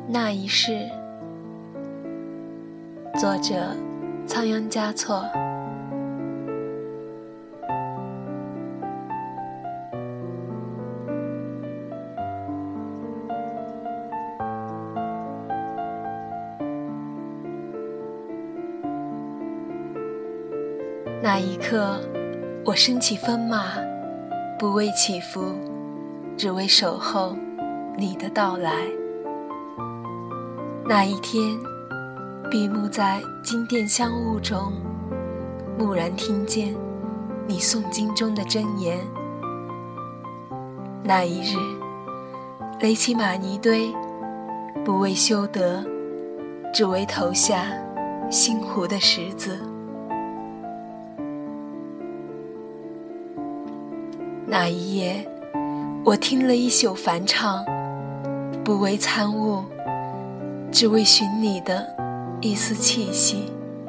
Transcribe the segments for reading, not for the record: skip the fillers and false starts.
那一世，作者仓央嘉措。那一刻，我升起风马，不为起伏，只为守候你的到来。那一天，闭目在金殿香雾中，蓦然听见你诵经中的真言。那一日，垒起玛尼堆，不为修德，只为投下心湖的石子。那一夜，我听了一宿梵唱，不为参悟，只为寻你的一丝气息。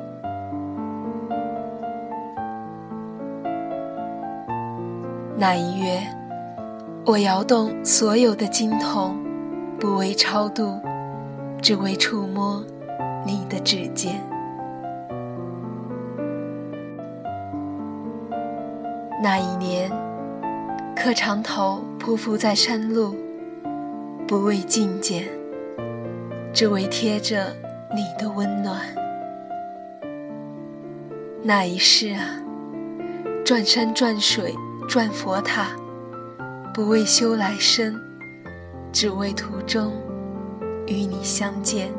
那一月，我摇动所有的经筒，不为超度，只为触摸你的指尖。那一年，磕长头匍匐在山路，不为觐见，只为贴着你的温暖。那一世啊，转山转水转佛塔，不为修来生，只为途中与你相见。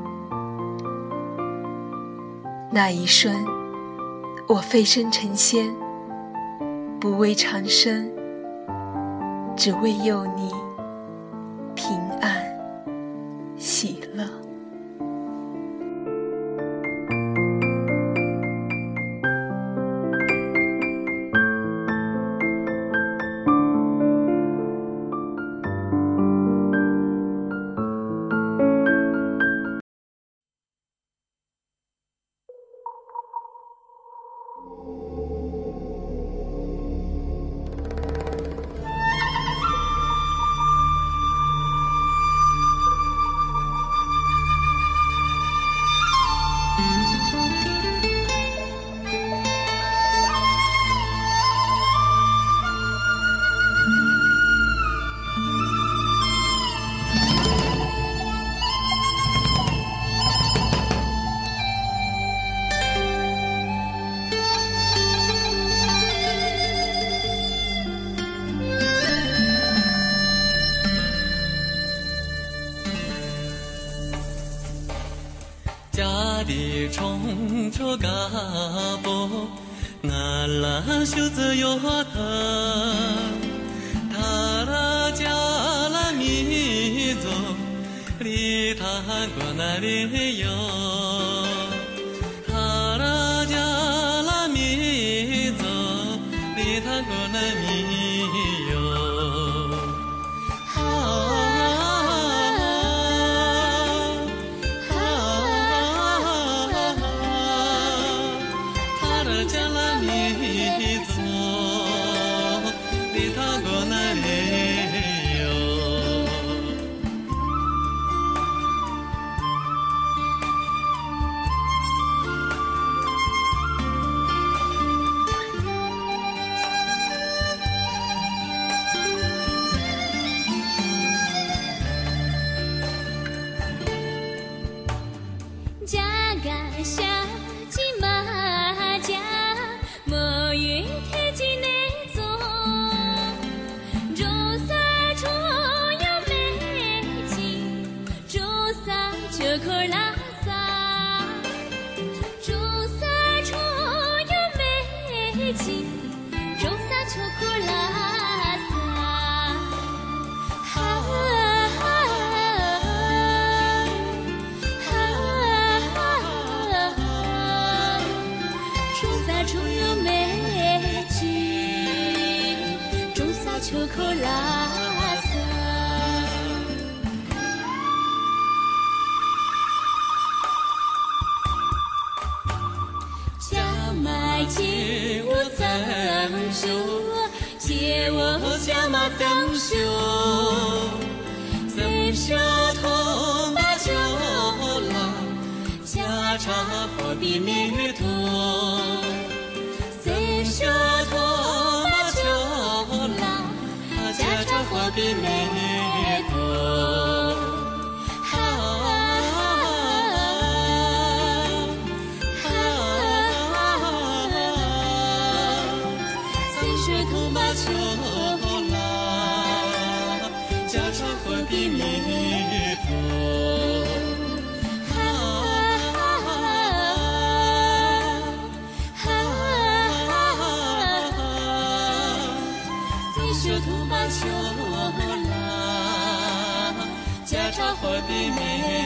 那一瞬，我飞升成仙，不为长生，只为佑你平安喜乐。 家里冲出嘎波，那拉修子有他，他拉加拉米走，里他过那里有，他拉加拉米走，里他过那米有。 秋口拉萨，加麦借我增修，借我加马增修，增修同把比弥陀，三小陀玛丘拉，迦查佛比弥陀，三学陀玛丘拉，迦查佛比弥陀。图玛丘拉，迦查佛比弥